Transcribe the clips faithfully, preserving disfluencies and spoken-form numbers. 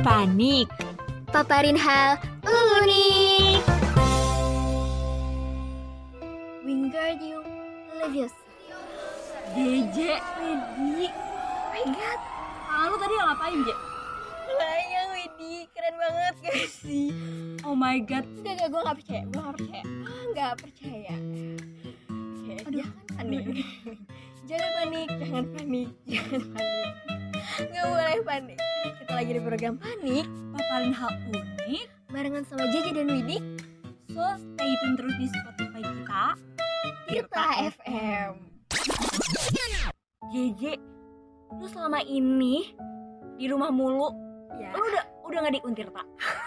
panik. Paparin hal unik. Wingardium Leviosa. D J, Widi. Oh my god. Ah, lu tadi ngapain, J? Layang Widi, keren banget guys sih. Oh my god. Enggak, enggak, gue gak percaya, gue gak percaya. Ah, gak percaya. Oke, Aduh. jangan panik. Jangan panik, jangan panik, jangan panik. Gak boleh panik. Kita lagi di program Panik, Paparin hal unik. barengan sama J J dan Widi. So, stay tune terus di Spotify kita, Tirta F M. J J, lu selama ini di rumah mulu. Ya, Lu udah udah nggak di Untirta?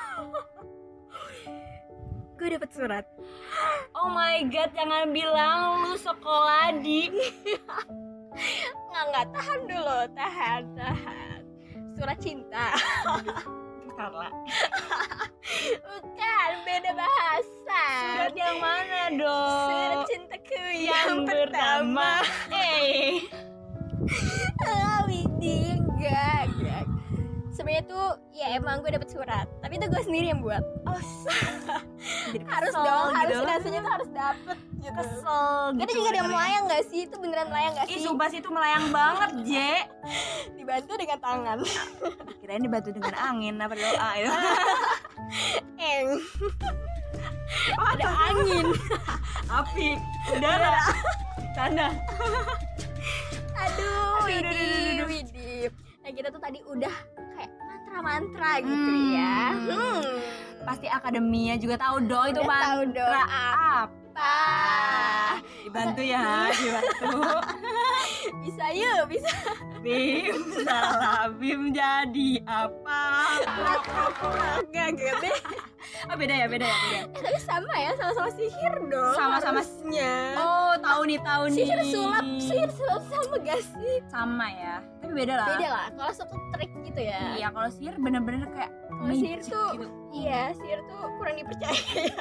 gue dapet surat. Oh my god, jangan bilang lu sekolah di. Nggak, nggak, tahan dulu, tahan, tahan. Surat cinta. Bentar lah. Bukan, beda bahasa. Surat yang mana dong? Surat cintaku yang, yang pertama. Eh, Ah, Widi, enggak, enggak. Sebenarnya tuh ya emang gue dapet surat, tapi itu gue sendiri yang buat. oh, jadi Harus kesel dong, harus gitu. rasanya tuh harus dapet gitu. Kesel Kita gitu juga ada sebenarnya. melayang gak sih? Itu beneran melayang gak Ih, sih? sumpah sih itu melayang banget, J. Dibantu dengan tangan. Kirain dibantu dengan angin apa doa ya. Eng. Oh, ada angin. Api, udara, tanah. Aduh, Aduh, aduh, aduh, Widi, aduh. Widi. Nah kita tuh tadi udah kayak mantra-mantra gitu Hmm. ya. Hmm. Pasti akademinya juga tahu dong itu Udah tahu dong. mantra apa. Apa? Dibantu ya, dibantu. Bisa yuk, bisa. Bim, salah Bim jadi apa? Enggak gede. Oh beda ya, beda ya, beda. Eh, tapi sama ya, sama-sama sihir dong. Sama-sama. harusnya. Oh, tahu nih, tahu nih. Sihir sulap, sihir sulap sama gak sih? Sama ya, tapi beda lah. Beda lah. Kalau suatu trik gitu ya. Iya, kalau sihir bener-bener kayak Kalau sihir magic tuh, gitu. iya, sihir tuh kurang dipercaya.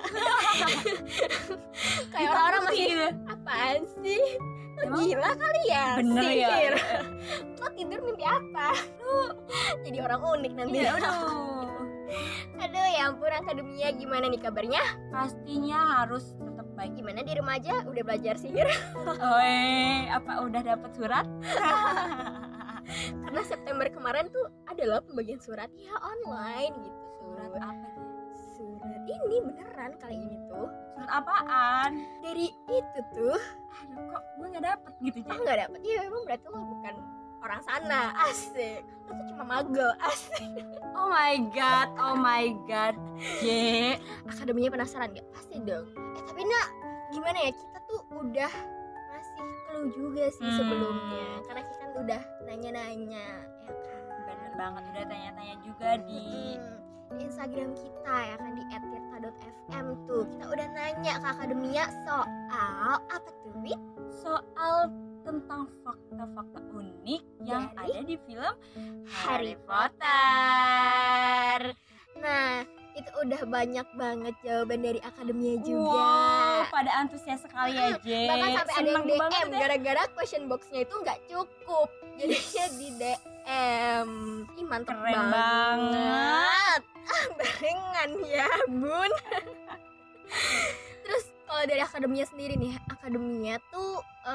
Kayak Ditakuti orang-orang masih gitu. apaan sih? Lu Emang gila kali ya? bener ya? Sihir. Lo tidur mimpi apa? Lu jadi orang unik nanti. Iya, aduh. Aduh, ya ampun, akademia gimana nih kabarnya? Pastinya harus tetap baik. Gimana di rumah aja udah belajar sihir? Oi, apa udah dapat surat? Karena September kemarin tuh adalah pembagian surat ya online gitu. Surat apa tuh? Surat ini beneran kali ini tuh Surat apaan? dari itu tuh. Aduh, kok gue nggak dapet gitu, Oh J? nggak dapet? Iya memang berarti lo bukan orang sana. Asik. Lo tuh cuma magel. Asik. Oh my god, oh my god, J. Akademinya penasaran nggak? Pasti dong. Eh tapi nak, gimana ya, kita tuh udah ngasih clue juga sih Hmm. sebelumnya. Karena kita kan udah nanya-nanya ya kan. Bener banget, udah tanya-tanya juga di Hmm, di Instagram kita ya kan, di et tirta dot f m tuh kita udah nanya ke akademia soal apa tuh, Wit? soal tentang fakta-fakta unik yang Dari ada di film Harry Potter. Nah, itu udah banyak banget jawaban dari akademia juga. Wow, pada antusias sekali ya, J. Bahkan sampai ada yang Seneng D banget M ya. gara-gara question box-nya itu nggak cukup. Jadinya di D M. Ih, mantep Keren banget. banget. Ah, barengan ya, Bun. Terus kalau dari akademia sendiri nih, akademia tuh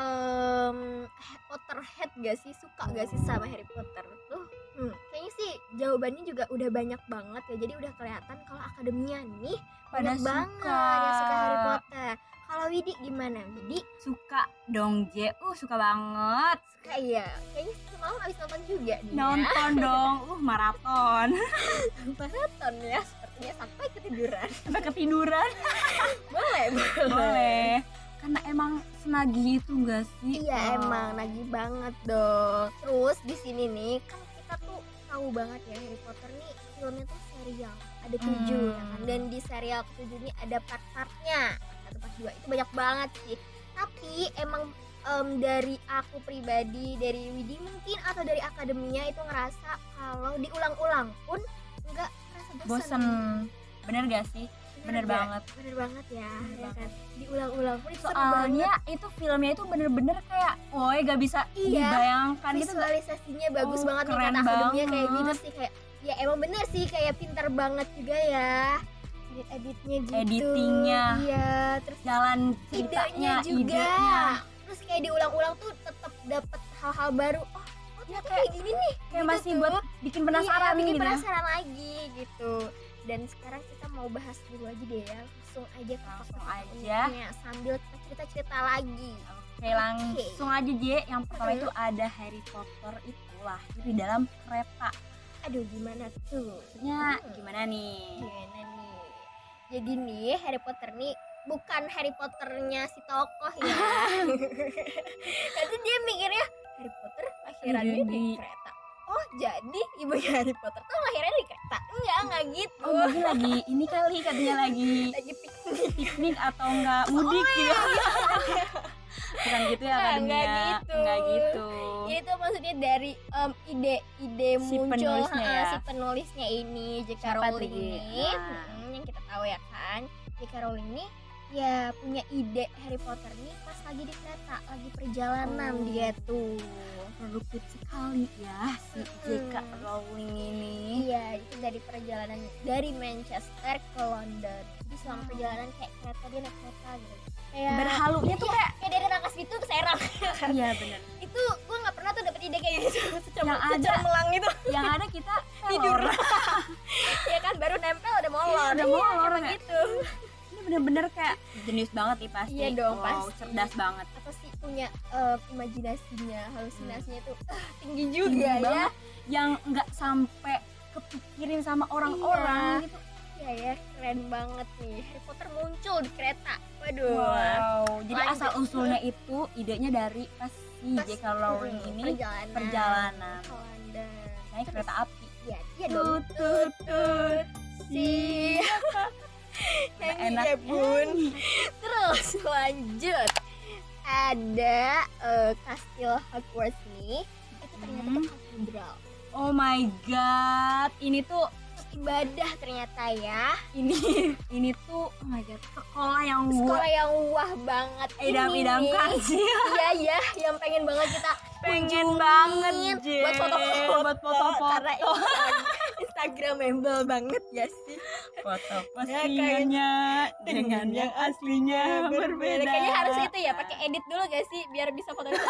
em Potterhead gak sih? Suka gak sih sama Harry Potter tuh? Hmm, kayaknya sih jawabannya juga udah banyak banget ya. Jadi udah kelihatan kalau akademia nih Pada banyak banget suka. yang suka Harry Potter. Kalau Widi gimana? Widi Suka dong, J. Uh, suka banget. suka ya? Kayaknya semalam abis nonton juga dia. Nonton dong. Uh, maraton. Maraton ya, sepertinya sampai ketiduran. Sampai ketiduran. Boleh, boleh. Boleh. Karena emang senagih itu enggak sih? Iya Oh. emang nagih banget dong. Terus di sini nih kan kita tuh tahu banget ya Harry Potter nih filmnya tuh serial ada tujuh Hmm. ya kan, dan di serial ketujuh ini ada part-partnya satu part dua itu banyak banget sih. Tapi emang em, dari aku pribadi, dari Widi mungkin atau dari akademia itu ngerasa kalau diulang-ulang pun nggak merasa bosan. Bosen. Bener gak sih? Bener nggak? banget. Bener banget ya, Bener ya banget. kan. Diulang-ulang pun itu seru Soalnya banget. itu filmnya itu bener-bener kayak woi gak bisa Iya, dibayangkan gitu. Visualisasinya bagus Oh, banget nih keren kata akademia kayak banget. gitu sih, kayak Ya emang bener sih, kayak pintar banget juga ya edit-editnya gitu. Editingnya. Iya, terus Jalan idenya ceritanya, juga. idenya. Terus kayak diulang-ulang tuh tetap dapat hal-hal baru. Oh, oh Ya, ternyata kayak- kayak gini nih. Kayak gitu masih tuh. buat bikin penasaran Iya, bikin gitu ya. penasaran lagi gitu. Dan sekarang kita mau bahas dulu aja deh ya. Langsung aja ke Langsung fakta aja. uniknya, sambil kita cerita-cerita lagi. Oke, langsung aja J. Yang pertama Hmm. itu ada Harry Potter itu lahir di dalam kereta. Aduh, gimana tuh? Maksudnya Hmm. gimana nih? Gimana nih? Jadi nih Harry Potter nih bukan Harry Potternya si tokoh ya. Nanti dia mikirnya Harry Potter lahirannya di Di- kereta. Oh, jadi ibunya Harry Potter tuh lahirnya di kereta? Enggak, enggak gitu. Oh, mungkin lagi ini kali katanya lagi Lagi piknik. piknik atau enggak mudik gitu. Bukan gitu ya Enggak, akademia. enggak gitu. Enggak gitu. Ya, itu maksudnya dari em, ide-ide Si muncul penulisnya ha, ya. si penulisnya ini J K Siapa tuh, Rowling Ji? ini Nah. hmm, yang kita tahu ya kan, J K Rowling ini ya punya ide Harry Potter nih pas lagi di kereta, lagi perjalanan Oh. dia tuh. Produktif sekali ya si J K Mm-mm. Rowling ini. Iya, itu dari perjalanan dari Manchester ke London. Jadi selama perjalanan kayak kereta, dia naik kereta gitu. Kayak Berhalunya tuh kayak kayak dari Rangkas Bitung ke Serang. iya bener. Itu gue nggak pernah tuh dapet ide kayak gitu. Secem- Yang ada- Secemerlang itu. Yang ada kita Tidur. pelor. Ya kan, baru nempel udah molor. Udah Iya, molor, emang kayak- gitu. Ini bener-bener kayak jenius banget nih pasti. Iya dong, wow, pasti. cerdas banget. Apa sih punya eh, imajinasinya, halusinasinya tuh ah, tinggi Tinggi juga ya. banget. Yang nggak sampai kepikirin sama orang-orang Iya. gitu. Iya ya, keren banget nih. Harry Potter muncul di kereta. Waduh. Wow. Jadi Lanjut. asal usulnya itu idenya dari pas si Pas, J K Rowling mm, ini perjalanan perjalanan. ke London. naik kereta api. Iya, iya dong. Tut tut tut. Siapa? Nyanyi Enak ya, Bun. nyanyi. Terus lanjut. Ada eh, kastil Hogwarts nih. Itu ternyata Hmm. tuh katedral. Oh my god, ini tuh Terus ibadah ternyata ya. ini ini tuh oh my god, sekolah yang Sekolah gua yang wah banget ini idam-idamkan nih. sih. Iya ya, yang pengen banget kita Pengen kunjungin banget, J. buat foto-foto, Buat foto-foto. karena Insta- Instagramable banget ya sih. Foto Ya, postingannya dengan yang aslinya berbeda. Kayaknya harus itu ya, pakai edit dulu gak sih biar bisa foto foto.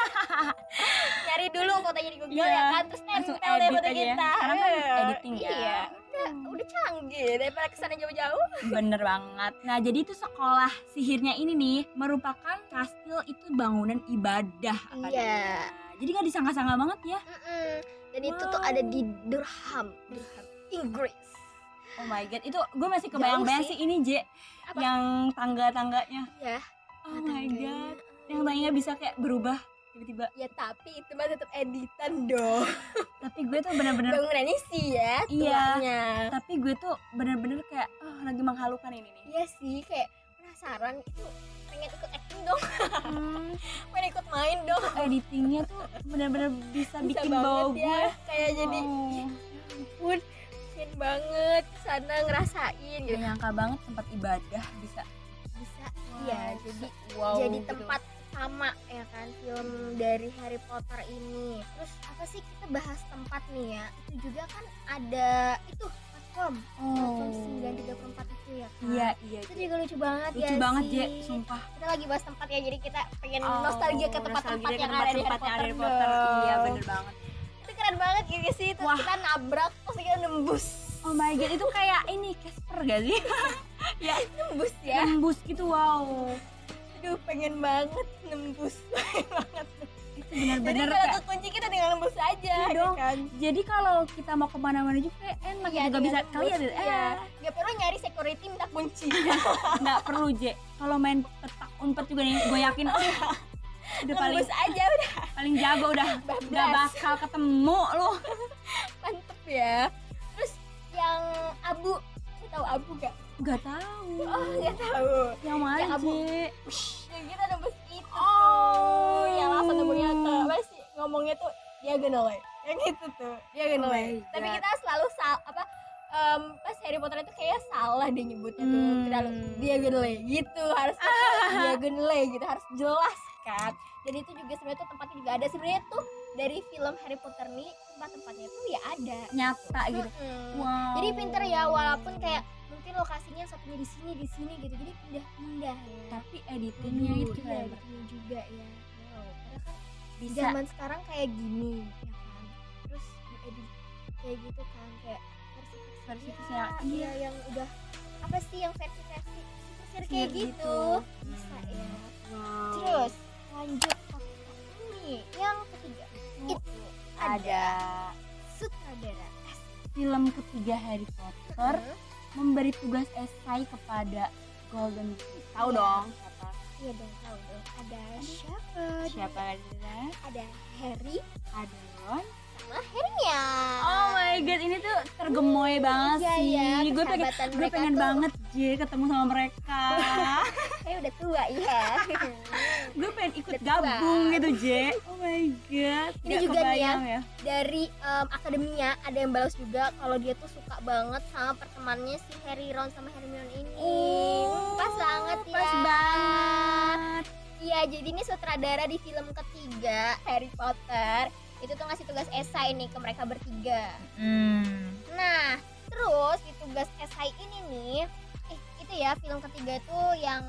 Nyari dulu fotonya di Google Iya, ya kan, terus langsung tempel deh edit foto aja ya. kita. Sekarang kan Eh, editing ya. Iya, udah, udah canggih daripada kesana jauh-jauh. Bener banget. Nah, jadi itu sekolah sihirnya ini nih merupakan kastil itu bangunan ibadah akademia. Iya. Jadi nggak disangka-sangka banget ya. Mm-mm. Dan itu tuh Wow. ada di Durham, Durham, Inggris. Oh my god, itu gue masih kebayang-bayang Jauh sih sih. ini J. Apa? Yang tangga-tangganya. Ya, Oh my tangganya. god. Yang tangganya bisa kayak berubah tiba-tiba. Ya tapi itu mah tetap editan dong. Tapi gue tuh bener-bener Bangunannya sih ya, Iya. tuanya. tapi gue tuh bener-bener kayak oh, lagi menghalukan ini nih. Iya sih, kayak penasaran itu, pengen ikut acting dong, Hmm, pengen ikut main dong. editingnya tuh bener-bener bisa, Bisa bikin banget bau ya, gue. kayak jadi Oh. ya ampun, keren banget kesana ngerasain Gak gitu. nyangka banget tempat ibadah bisa Bisa, wow, iya jadi wow, jadi gitu. tempat sama ya kan film dari Harry Potter ini. Terus apa sih, kita bahas tempat nih ya, itu juga kan ada itu platform platform Oh. sembilan tiga empat itu ya kan. Iya, iya. Itu juga lucu banget ya Lucu banget, sih. J, sumpah. Kita lagi bahas tempat ya, jadi kita pengen Oh, nostalgia ke tempat-tempat nostalgia yang ke ada di Harry tempat-tempat yang Potter, ada di Potter. dong. Iya, bener banget. Itu keren banget gitu sih, terus Wah. kita nabrak terus kita nembus. Oh my god, itu kayak ini Casper gak sih? Ya, Nembus ya. nembus gitu, wow. Aduh, pengen banget nembus. Pengen banget. Itu Jadi bener-bener kalau kayak kekunci kita tinggal nembus aja Iya ya dong. kan. jadi kalau kita mau kemana-mana juga kayak enak Iya, juga bisa tinggal kali ya nembus, eh iya. Nggak perlu nyari security minta kunci. nggak perlu J. Kalau main petak umpet juga nih, gue yakin udah paling Nembus aja udah paling jago udah bablas. nggak bakal ketemu lu. Mantep ya. Terus yang abu, lu tahu abu gak? Nggak tahu. Oh, nggak tahu. Yang mana Yang abu. J? Yang kita nembus itu Oh. tuh, yang langsung nembusnya ke apa sih ngomongnya tuh diagonally, yang gitu tuh diagonally. Oh my Tapi God. kita selalu sal apa em, pas Harry Potter itu kayak salah dia nyebutnya tuh, Hmm. terlalu diagonally gitu, harus diagonally gitu, harus jelas kan. Dan itu juga sebenarnya tuh tempatnya juga ada sebenarnya tuh dari film Harry Potter nih tempat-tempatnya tuh ya ada nyata gitu. Mm-mm. Wow. Jadi pinter ya, walaupun kayak mungkin lokasinya satunya di sini di sini gitu, jadi pindah-pindah ya. Tapi editingnya Dulu, itu iya, keren. editingnya juga ya. Wow, karena kan Bisa zaman sekarang kayak gini ya kan, terus diedit kayak gitu kan, kayak versi-versi Versi ya, visual, iya iya. yang udah apa sih yang versi-versi sihir kayak Sihir gitu, gitu. bisa Hmm. ya. Wow. Terus lanjut fakta ini yang ketiga, Oh, itu ada sutradara. film ketiga Harry Potter Hmm. memberi tugas esai kepada Golden Key. Tahu Iya. dong siapa? Iya dong, tahu dong. Ada siapa? Siapa ada? Ada Harry Ada Ron. sama Hermione. Oh my god, ini tuh tergemoy banget Iya, sih. iya, gue pengen persahabatan gue mereka pengen tuh- banget J ketemu sama mereka. Saya udah tua ya. Gue pengen ikut Udah tua. gabung gitu J. Oh my god. Ini Nggak juga nih kebayang ya. Dari em, akademia ada yang balas juga kalau dia tuh suka banget sama pertemanannya si Harry, Ron sama Hermione ini. Oh, pas banget ya. Pas banget. Iya, jadi ini sutradara di film ketiga Harry Potter itu tuh ngasih tugas esai nih ke mereka bertiga. Hmm. Nah, terus di tugas esai ini nih, eh itu ya film ketiga itu yang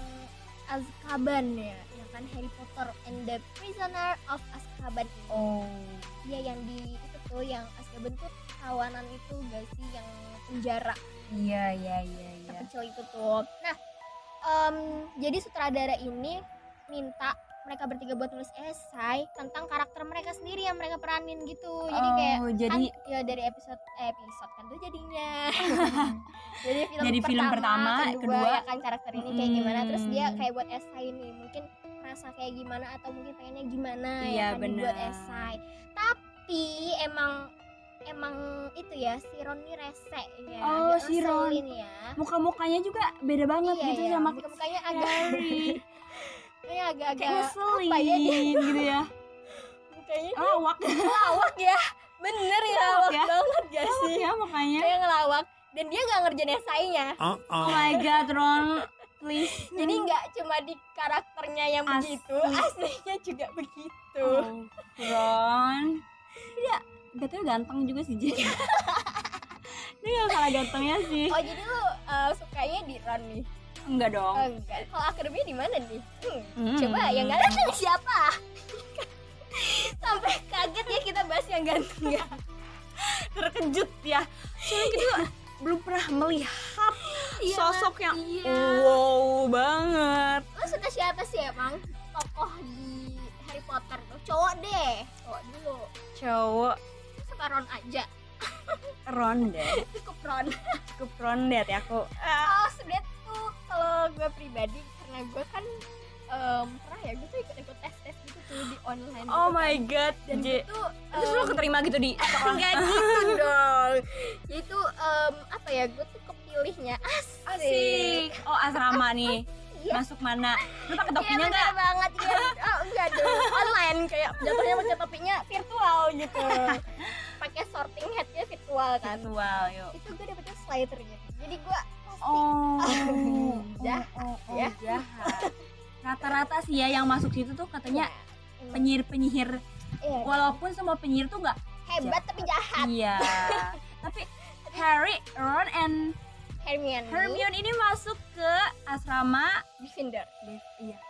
Azkaban ya, ya kan Harry Potter and the Prisoner of Azkaban ini. Oh. Iya, yang di itu tuh yang Azkaban tuh tawanan itu gak sih, yang penjara Iya iya iya iya. terkecil itu tuh. Nah, em, jadi sutradara ini minta mereka bertiga buat nulis esai tentang karakter mereka sendiri yang mereka peranin gitu. Jadi Oh, kayak jadi kan, ya dari episode eh, episode kan tuh jadinya. jadi film Jadi film pertama, kedua, kedua. ya kan karakter ini kayak gimana, terus dia Hmm. kayak buat esai nih, mungkin rasa kayak gimana atau mungkin pengennya gimana Iya, ya kan dibuat benar. esai. Tapi emang emang itu ya si Ron ini rese ya. Oh, agak si Ron. ngeselin ya. Muka-mukanya juga beda banget Iya, gitu iya. sama Muka-mukanya agak Harry. kayak agak-agak Kayak ngeselin apa ya dia gitu ya. mukanya Lawak. ngelawak ya. Bener ya, Lawak lawak ya. banget gak Lawak sih? ya mukanya. Kayak ngelawak dan dia nggak ngerjain esainya. Oh my god, Ron. Please. Jadi nggak cuma di karakternya yang Asli. begitu, aslinya juga begitu. Oh, Ron. Dia betulnya ganteng juga sih, J. Dia gak kalah gantengnya sih. Oh, jadi lu uh, sukanya di Ron nih? Enggak dong. Oh, enggak. Kalau akademinya di mana nih? Hmm. Hmm. Coba yang ganteng siapa? Sampai kaget ya kita bahas yang ganteng ya. Terkejut ya. Soalnya kita belum pernah melihat Iya, sosok yang iya. wow banget. Lo suka siapa sih emang tokoh di Harry Potter tuh? Cowok deh, cowok dulu. Cowok Lo suka Ron aja, Ron deh. cukup Ron. Cukup Ron deh hati aku. Oh, sebenernya tuh kalau gue pribadi, karena gue kan em, pernah ya, gue tuh ikut-ikut tes-tes gitu tuh di online. Oh gitu my kan. god, Dan J. gue tuh Terus lo em, keterima gitu di enggak gitu dong. Jadi tuh em, apa ya, gue tuh kepilihnya asik. asik. Oh, asrama nih. Iya. Masuk mana? Lu pakai Iya, topinya bener enggak? banget ya. Oh, enggak dong. Online kayak jatuhnya pakai topinya virtual gitu. Pakai sorting headnya virtual kan. Virtual, yuk. Itu gue dapetnya slider gitu. Jadi gue Oh, Jahat, oh, oh, ya. jahat. Rata-rata sih ya yang masuk situ tuh katanya emang, penyihir-penyihir. iya, Walaupun semua penyihir tuh nggak hebat tapi jahat. iya. Tapi Harry, Ron, and Hermione. Hermione ini masuk ke asrama. Gryffindor. Iya.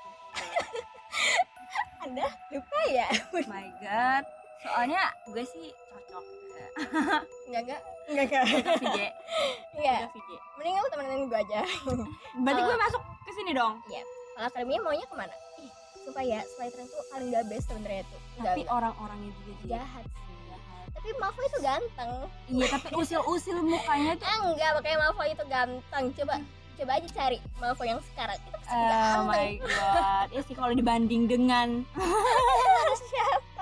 Anda lupa ya? Oh my god. Soalnya gue sih cocok. Enggak enggak. Enggak enggak. Cocok V J. Iya. Cocok V J. Mending lu temenin gue aja. Berarti Oh. gue masuk ke sini dong. Kalau akademinya maunya kemana? Ih, sumpah ya, slider itu paling gak best sebenarnya tuh. Enggak, Tapi orang-orangnya juga J. jahat sih. Jahat. Tapi Malfoy itu ganteng. Iya, tapi usil-usil mukanya tuh. Ah, enggak, makanya Malfoy itu ganteng. Coba coba aja cari Malfoy yang sekarang. Itu pasti Oh ganteng. my god. Ya sih kalau dibanding dengan Siapa?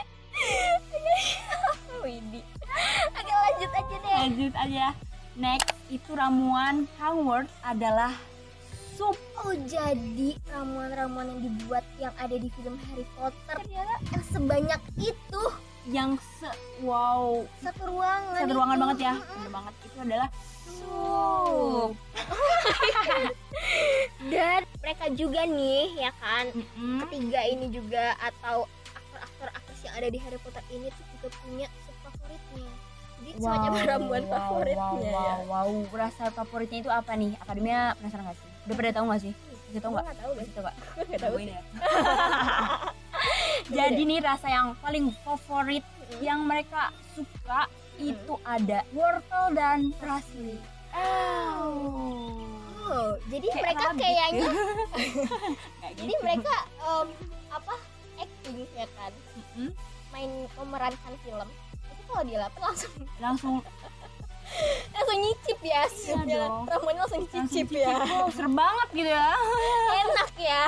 Widih. Oke, lanjut aja deh. lanjut aja. Next itu ramuan Hogwarts adalah sup. Oh, jadi ramuan-ramuan yang dibuat yang ada di film Harry Potter ternyata yang sebanyak itu Yang se wow satu ruangan. satu ruangan itu. banget ya. Mm-mm. Bener banget, itu adalah sup. Dan mereka juga nih ya kan, Mm-mm. ketiga ini juga atau aktor-aktor aktris yang ada di Harry Potter ini tuh juga punya sub favoritnya. Jadi Wow, semacam ramuan wow, favoritnya wow, ya. wow, wow. Rasa favoritnya itu apa nih? Akademia penasaran gak sih? Udah pada tahu gak sih? Kasih tau Gue gak? nggak tahu deh. Kasih tau gak? Gue nggak tahu Tungguin sih. ya. Jadi nih rasa yang paling favorit Mm-mm. yang mereka suka itu ada wortel dan parsley. Oh. Oh, jadi Kayak mereka rabbit kayaknya ya. Kayak jadi gitu. mereka em, apa acting ya kan, Mm-mm. main memerankan film itu kalau dia lapar langsung Langsung langsung nyicip ya supnya dong. ramuannya langsung langsung dicicip cicip. ya. Wow, serem banget gitu ya. Enak ya.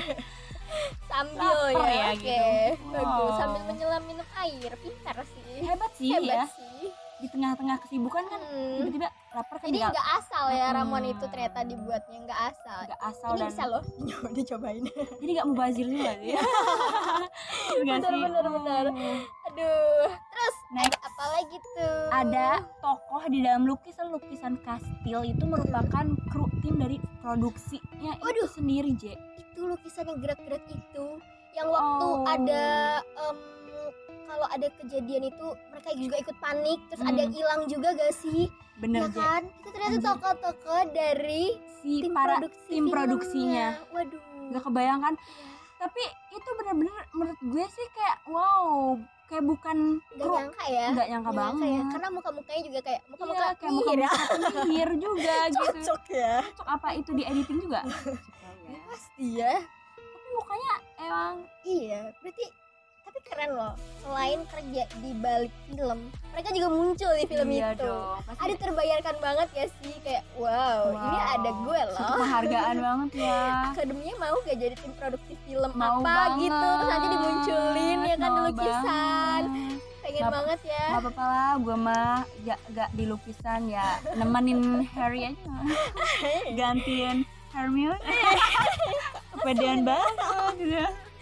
Sambil Lapar ya, ya oke gitu. bagus, Wow. sambil menyelam minum air, pintar sih, Hebat sih hebat ya. sih. Di tengah-tengah kesibukan kan Hmm. tiba-tiba lapar kan Jadi nggak nggak asal ya Hmm. ramuan itu ternyata dibuatnya nggak asal. nggak asal Ini dan bisa loh dicobain. jadi nggak mubazir juga sih. Nggak Bener, sih? bener, bener. Oh. Aduh, terus Next. ada apa lagi tuh? Ada tokoh di dalam lukisan-lukisan kastil itu merupakan kru tim dari produksinya itu Waduh. sendiri, J. Itu lukisan yang gerak-gerak itu yang waktu Oh. ada em, kalau ada kejadian itu mereka juga ikut panik, terus ada Hmm. yang hilang juga gak sih? Bener, Ya J. kan? Itu ternyata Anjir. tokoh-tokoh dari Si tim para produksi tim produksinya. filmnya. Waduh. Nggak kebayangkan. Iya. Tapi itu bener-bener menurut gue sih kayak wow, kayak bukan Gak kru. nyangka ya. Nggak nyangka Nggak banget. ya. Karena muka-mukanya juga kayak muka-muka Iya, kayak penyihir ya. muka-muka penyihir juga gitu. Cocok ya. Cocok apa itu di editing juga? Ya, pasti ya. Tapi mukanya emang Iya, berarti tapi keren loh. Selain kerja di balik film, mereka juga muncul di film iya itu. dong. Pasti Ada terbayarkan banget ya sih, kayak wow, ini wow, ada gue suatu loh. penghargaan banget ya. Akademinya mau gak jadi tim produksi film Mau apa banget, gitu, terus nanti dimunculin ya kan di mau lukisan. banget. Pengen Nggak- banget ya. Gak apa-apa lah, gue mah gak, gak di lukisan ya, nemenin Harry aja, gantiin Hermione. Kepedean banget gitu.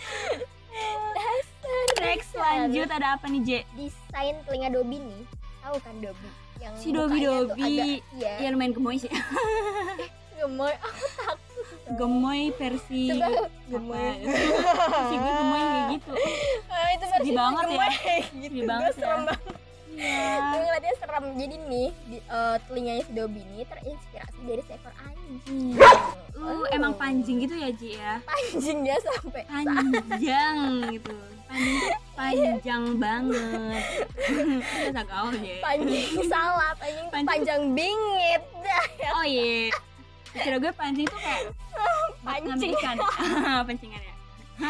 Next lanjut ada apa nih, J? Desain telinga Dobby nih, tahu kan Dobby? Yang Si Dobby mukanya tuh Dobby. agak- iya, Iya lumayan gemoy sih. gemoy. Aku takut. Gemoy versi Coba apa? gemoy. Versi gue gemoy kayak gitu. Ah, itu Sedih versi banget ya. gemoy kayak gitu. Sedih Gue banget ya. serem banget. Iya. Gue ngeliatnya serem. Jadi nih di, eh, telinganya si Dobby ini terinspirasi dari seekor anjing. Uh, emang panjang gitu ya, Ji ya? Panjang dia sampai Panjang gitu. Panjang tuh panjang banget. Kita gaul ya. panjang salah, panjang tuh Panjang. panjang bingit. Dah, ya. Oh iya. Kira gue pancing tuh kayak buat ngambil Pancing. ikan. Pancingan ya.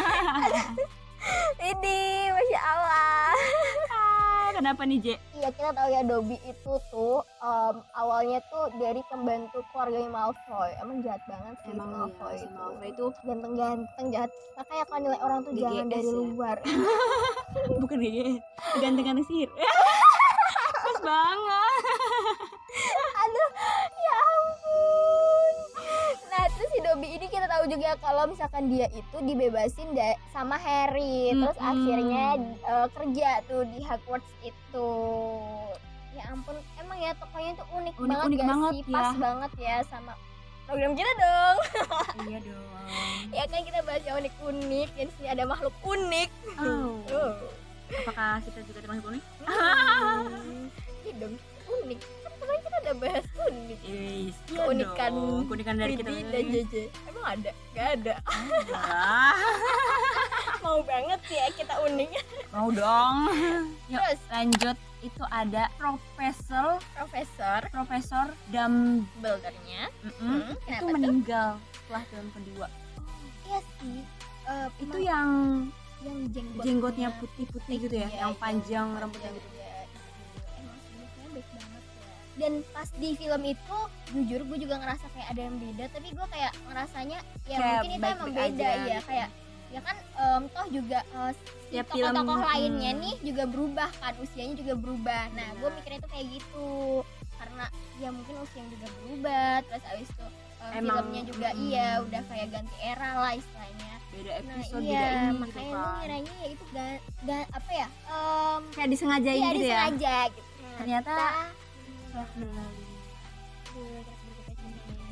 Ini Masya Allah. Ah, kenapa nih, J? Iya, kita tahu ya Dobby itu tuh em, awalnya tuh dari pembantu keluarganya Malfoy. Emang jahat banget sih Emang Malfoy iya, si itu. Malfoy itu Ganteng-ganteng jahat. Makanya kalau nilai orang tuh G G S jangan dari ya? luar. bukan kayak gantengan sihir. Pas banget. Aduh, ya ampun. Nah, terus si Dobby ini kita tahu juga kalau misalkan dia itu dibebasin da- sama Harry, terus Mm-mm. akhirnya eh, kerja tuh di Hogwarts itu. Ya ampun, emang ya tokonya tuh unik, Unik- banget unik gak banget sih? ya. Pas banget ya sama program kita dong. Iya dong. Ya kan kita bahas yang unik-unik, dan sini ada makhluk unik. Oh. Oh. Apakah kita juga termasuk unik? Hmm. Iya dong, unik. Kan kemarin kita udah bahas unik. Yes, Keunikan dong. Keunikan dari kita. Widi dan J J. Emang ada? Gak ada. Ah, Mau banget ya kita unik. mau dong. Yuk Terus lanjut, itu ada Profesor Profesor Profesor Dam Dumbledore-nya. Mm-mm. Hmm, itu kenapa tuh? meninggal setelah film kedua. Iya sih. Eh, Itu emang yang yang jenggotnya, jenggotnya putih-putih gitu ya, Iya, yang iya, panjang panjang rambutnya gitu. ya, itu. Emang sih mukanya baik banget ya. Dan pas di film itu jujur gue juga ngerasa kayak ada yang beda, tapi gue kayak ngerasanya ya Kayak mungkin itu emang baik-baik beda aja ya, gitu. kayak ya kan em, toh juga eh, si Setiap tokoh-tokoh film, lainnya hmm. nih juga berubah kan, usianya juga berubah. Nah gue Benar. mikirnya tuh kayak gitu karena ya mungkin usianya juga berubah, terus abis itu em, Emang, filmnya juga hmm. iya udah kayak ganti era lah istilahnya. Beda Nah episode, iya, beda ini makanya gitu gue kan. ngiranya ya itu ga, ga, apa ya em, Kayak disengajain iya gitu ya. disengaja gitu. Ternyata Nah, setelah mengenali aduh, kita berduka cita.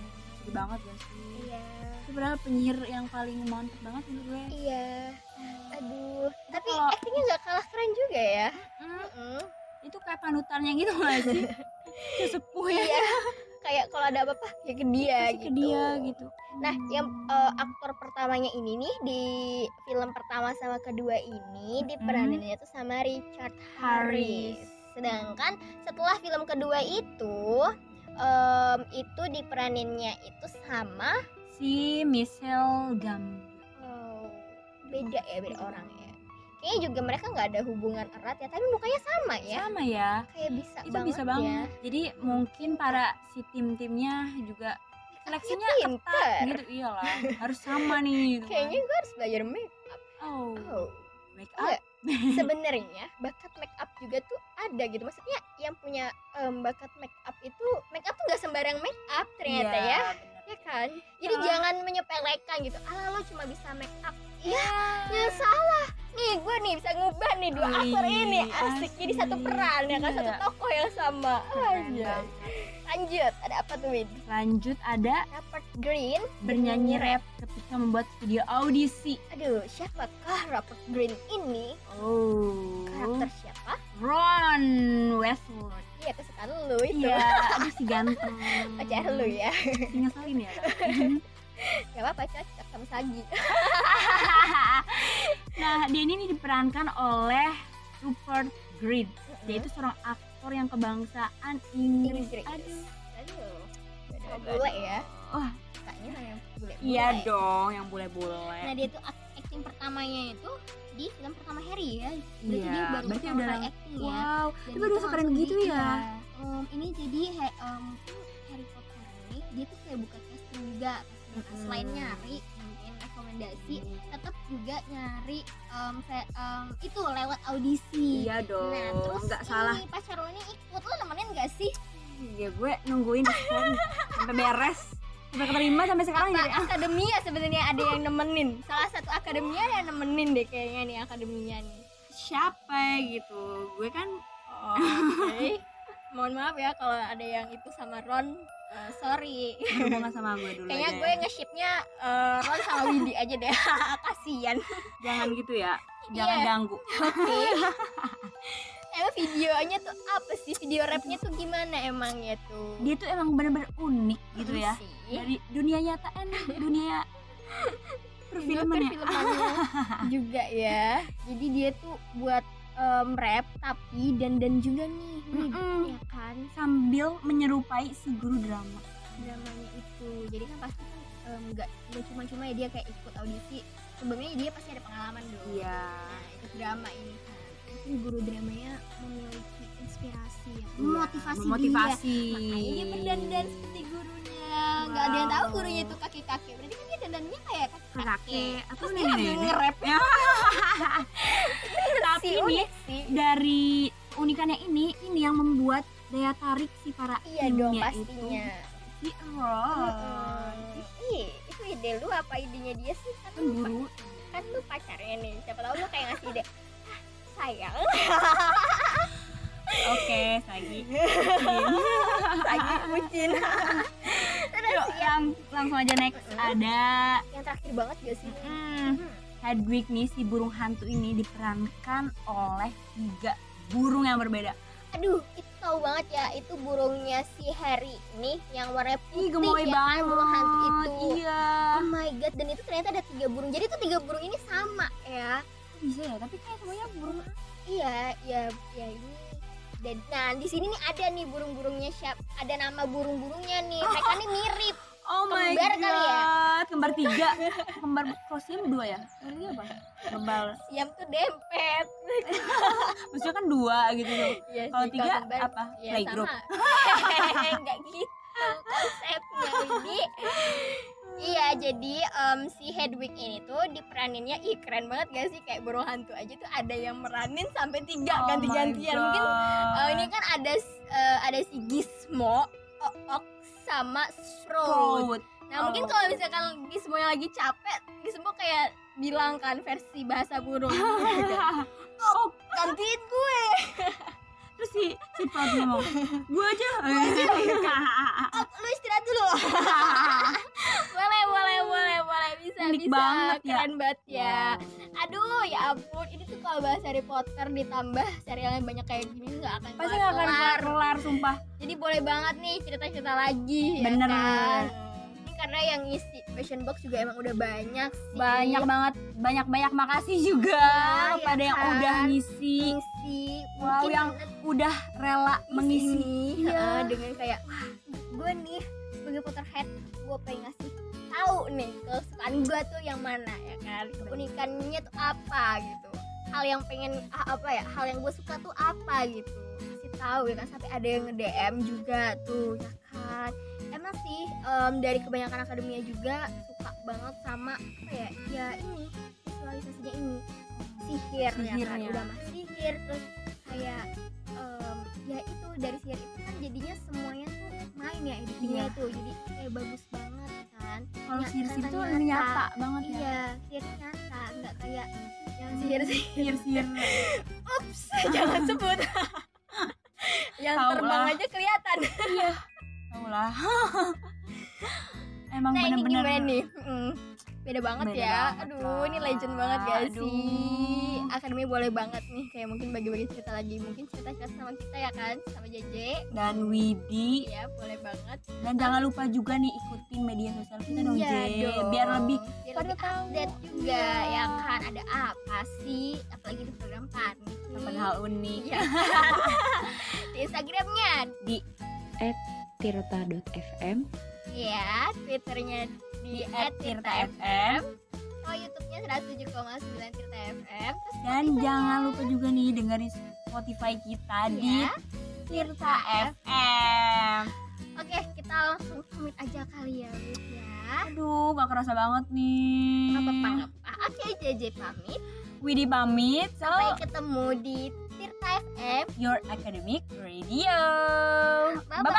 asli banget gak sih? Iya. Itu padahal penyihir yang paling mantep banget menurut gue. Iya. Aduh, tapi kalau- aktingnya nggak kalah keren juga ya. Mm, Mm-mm. itu kayak panutannya gitu gak sih? Sesepuh ya. Iya. Kayak kalau ada apa-apa ya ke dia Pasti gitu. ke dia gitu. Nah, yang eh, aktor pertamanya ini nih di film pertama sama kedua ini diperaninnya tuh sama Richard Harris. Harris. Sedangkan setelah film kedua itu em, itu diperaninnya itu sama Si Michelle Gambon. oh, beda ya beda orang ya. Kayaknya juga mereka nggak ada hubungan erat ya, tapi mukanya sama ya. Sama ya. Kayak bisa Itu banget bisa ya. banget. Jadi mungkin para si tim-timnya juga seleksinya Iya, ketat pinter. gitu, iyalah. Harus sama nih gitu. kan. Kayaknya gue harus belajar make up. Oh, Oh. make Enggak. up. Sebenarnya bakat make up juga tuh ada gitu. Maksudnya yang punya em, bakat make up itu make up tuh nggak sembarang make up ternyata Iya, ya. bener. Ya kan? Jadi Salah. jangan menyepelekan gitu. Ala lo cuma bisa make up. Iya, Ya. ya salah. Nih gue nih bisa ngubah nih dua Wih, aktor ini asik jadi satu asik. peran ya kan, Iya. satu tokoh yang sama. Keren Aja. banget. Lanjut, ada apa tuh Win? Lanjut ada Rupert Green bernyanyi rap ketika membuat video audisi. Aduh, siapakah Rupert Green ini? Oh, Karakter siapa? Ron Westwood. Iya, kesukaan lu itu. Iya, aduh si ganteng. Pacar lu ya. Si ngeselin ya. Gak apa-apa, cocok sama Sagi. Nah, dia ini diperankan oleh Rupert Grint. Dia Mm-mm. itu seorang aktor yang kebangsaan Inggris. Inggris. Aduh. Aduh. Aduh, Sama aduh, bule aduh. ya. Wah, Sukanya sama yang bule-bule. iya dong, yang bule-bule. Nah, dia tuh ak- acting pertamanya itu di film pertama Harry ya. Berarti Iya, dia baru berarti pertama udah kali acting ya. wow, Dan tapi udah itu sekeren langsung gitu di- ya. iya. Em, ini jadi he- em, Harry Potter ini dia tuh kayak buka casting juga. Nah, Mm-mm. selain nyari mungkin rekomendasi, tetap juga nyari em, fe- em, itu lewat audisi. Iya dong, Nah, terus nggak ini salah. pacar lo ini ikut, lo nemenin gak sih? Ya gue nungguin kan sampai beres, sampai keterima sampai sekarang Apa jadi ah. akademia sebenarnya ada yang nemenin? Salah satu akademia yang nemenin deh kayaknya nih akademinya nih. Siapa gitu? Gue kan Oke. Mohon maaf ya kalau ada yang itu sama Ron. Eh, sorry. berhubungan sama gue dulu. Kayaknya aja gue ya. nge-shipnya eh, Ron sama Windy aja deh. Kasian. Jangan gitu ya, jangan Iya. ganggu. Oke. Emang videonya tuh apa sih? Video rapnya tuh gimana emangnya tuh? Dia tuh emang bener-bener unik gitu ya. Sih. Dari dunia nyata and dunia perfilman ya. Perfilmannya juga ya. Jadi dia tuh buat em, rap tapi dandan juga nih, nih Mm-mm. ya kan Sambil menyerupai si guru drama. dramanya itu. Jadi kan pasti kan em, nggak nggak cuma-cuma ya dia kayak ikut audisi. Sebelumnya dia pasti ada pengalaman dong. Iya. Nah ikut drama ini kan. Mungkin guru dramanya memiliki inspirasi ya, Iya, memotivasi, memotivasi. dia. Makanya dia berdandan seperti gurunya. Nggak ada yang tahu gurunya itu kakek-kakek. Berarti kan dia dandannya kayak kakek. Kakek atau Terus dia nenek ambil nge-rap ya. Tapi Sih, nih unik sih. dari unikannya ini, ini yang membuat daya tarik si para Iya dong timnya pastinya. itu si Ron. Heeh. Ih, itu ide lu apa idenya dia sih? Kan Kan lu, guru. kan lu pacarnya nih. Siapa tahu lu kayak ngasih ide. "Ah, sayang, Oke, Sagi. lagi bucin." Terus Yuk, yang lang- langsung aja next ada yang terakhir banget gak sih? hmm, Hedwig nih, si burung hantu ini diperankan oleh tiga burung yang berbeda. Aduh, itu tahu banget ya, itu burungnya si Harry nih yang warna Ih, putih gemoy ya kan, banget. burung hantu itu. Iya. Oh my god, dan itu ternyata ada tiga burung. Jadi tuh tiga burung ini sama ya. Bisa ya, tapi kayak semuanya burung. Iya, ya, ya ini. Dan nah di sini nih ada nih burung-burungnya siap. Ada nama burung-burungnya nih. Mereka nih mirip. Oh my Kembar god. kali ya? Kembar tiga. Kembar Krosium dua ya? Ini apa? Kembar. Siam tuh dempet. Maksudnya kan dua gitu loh. Iya Kalau sih, tiga kembar. apa? Ya, Playgroup. sama. Enggak gitu konsepnya ini. Iya, jadi em, si Hedwig ini tuh diperaninnya ih keren banget gak sih, kayak burung hantu aja tuh ada yang meranin sampai tiga Oh ganti-gantian. my Mungkin God. eh, ini kan ada s- eh, ada si Gizmo, Ook sama Sprout. Sprout. Nah, mungkin Oh. kalau misalkan Gizmo yang lagi capek, Gizmo kayak bilang kan versi bahasa burung. Oh, Gantiin gue. Terus si si Proud ngomong, gue aja. Oh, lu istirahat dulu. boleh boleh boleh boleh bisa Unik bisa banget ya. keren banget ya. Aduh ya ampun, ini tuh kalau bahas Harry Potter ditambah serial yang banyak kayak gini nggak akan Pasti nggak akan kelar. kelar, sumpah. Jadi boleh banget nih cerita-cerita lagi. Bener. Ya kan? Ini karena yang ngisi question box juga emang udah banyak sih. Banyak banget, banyak-banyak makasih juga Ya, kepada ya yang kan? udah ngisi. Ngisi. Wow, Mungkin yang udah rela mengisi. ini Iya. heeh, dengan kayak wah gue nih sebagai Potterhead gue pengen ngasih tahu nih kesukaan gue tuh yang mana ya kan, keunikannya tuh apa gitu, hal yang pengen ah, apa ya hal yang gue suka tuh apa gitu, kasih tahu ya kan, sampai ada yang nge-D M juga tuh ya kan. Emang sih em, dari kebanyakan akademia juga suka banget sama apa ya ya ini visualisasinya ini sihir ya kan, Sihirnya. udah mah sihir terus kayak em, ya itu dari sihir itu kan jadinya semuanya tuh main ya editingnya Iya. tuh, jadi kayak bagus banget kan. Kalau Ya, sihir-sihir tuh nyata-nyata. nyata banget ya. Iya, sihir nyata, nggak kayak yang sihir-sihir. Sihir-sihir. Ups, jangan sebut. Yang Tahu terbang lah. aja kelihatan. Iya. Tahu lah. Emang Nah ini bener-bener gimana nih? Mm, beda banget Beda ya. banget Aduh, lah. ini legend banget gak Aduh. sih? Akademi boleh banget nih, kayak mungkin bagi-bagi cerita lagi, mungkin cerita-cerita sama kita ya kan, sama J J. dan Widi. Ya boleh banget. Dan jangan lupa juga nih ikutin media sosial kita dong, Iya J. dong. Biar lebih biar pada lebih tahu. update juga Iya. ya kan, ada apa sih apalagi di program Panik dapat hal unik. Iya. Di Instagramnya Di at tirta dot f m. ya, Twitternya di at at Tirta tirta F M. oh YouTube-nya seratus tujuh koma sembilan Tirta F M. Terus Dan jangan lupa juga nih dengerin Spotify kita di ya. Tirta F M. Oke, kita langsung pamit aja kali ya, Wid ya. Aduh, gak kerasa banget nih. Apa apa apa. Oke, J J pamit. Widi pamit. So, Sampai ketemu di Tirta F M. your academic radio. Bye-bye.